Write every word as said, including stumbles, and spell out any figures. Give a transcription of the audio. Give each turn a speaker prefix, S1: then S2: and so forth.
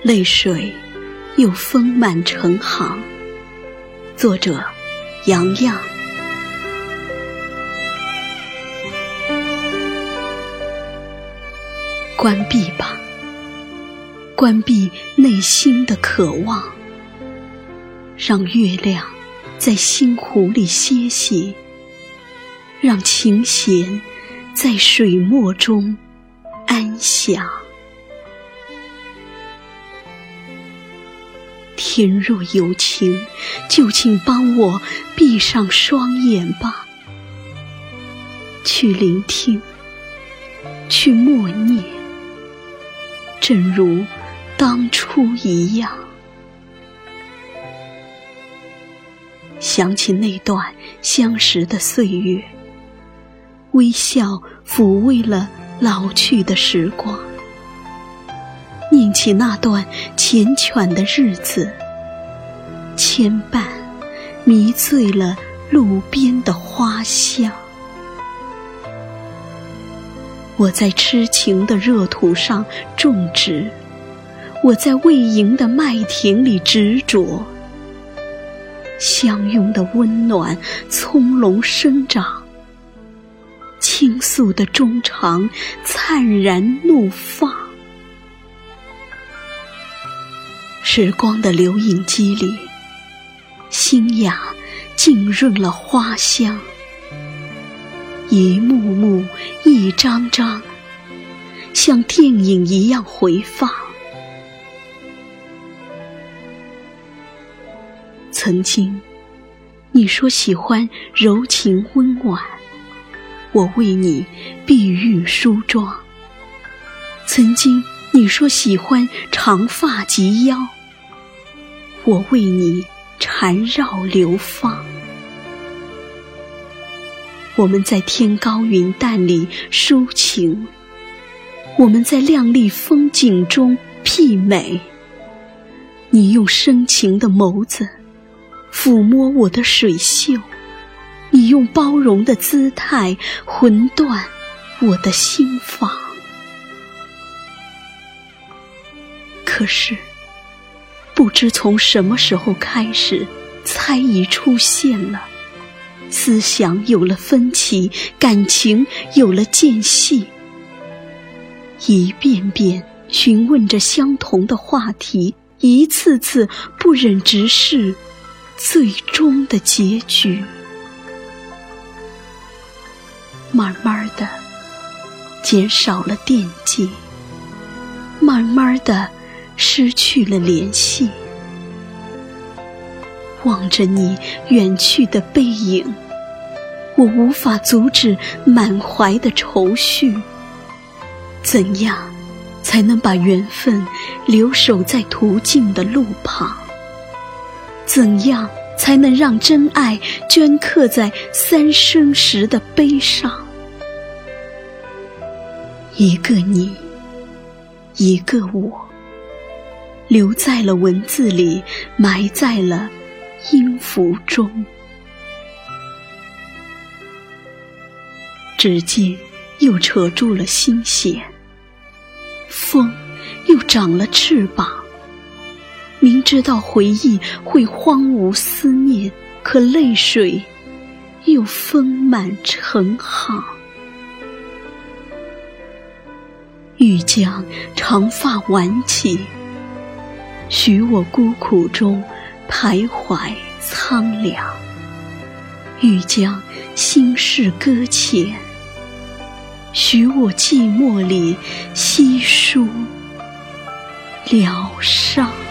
S1: 泪水又丰满成行。作者杨漾。关闭吧，关闭内心的渴望，让月亮在星湖里歇息，让琴弦在水墨中安详。天若有情，就请帮我闭上双眼吧，去聆听，去默念，正如当初一样。想起那段相识的岁月，微笑抚慰了老去的时光，念起那段缱绻的日子，牵绊迷醉了路边的花香。我在痴情的热土上种植，我在未盈的麦田里执着，相拥的温暖葱茏生长，倾诉的衷肠灿然怒放。时光的留影机里，新雅浸润了花香，一幕幕一张张，像电影一样回放。曾经你说喜欢柔情温婉，我为你碧玉梳妆。曾经你说喜欢长发及腰，我为你缠绕流芳。我们在天高云淡里抒情，我们在亮丽风景中媲美。你用深情的眸子抚摸我的水袖，你用包容的姿态魂断我的心房。可是不知从什么时候开始，猜疑出现了，思想有了分歧，感情有了间隙。一遍遍询问着相同的话题，一次次不忍直视最终的结局。慢慢的减少了惦记，慢慢的失去了联系。望着你远去的背影，我无法阻止满怀的愁绪。怎样才能把缘分留守在途径的路旁？怎样才能让真爱镌刻在三生石的碑上？一个你，一个我，留在了文字里，埋在了音符中。指尖又扯住了心弦，风又长了翅膀。明知道回忆会荒芜思念，可泪水又丰满成行。欲将长发挽起，许我孤苦中徘徊苍凉。欲将心事搁浅，许我寂寞里悉数疗伤。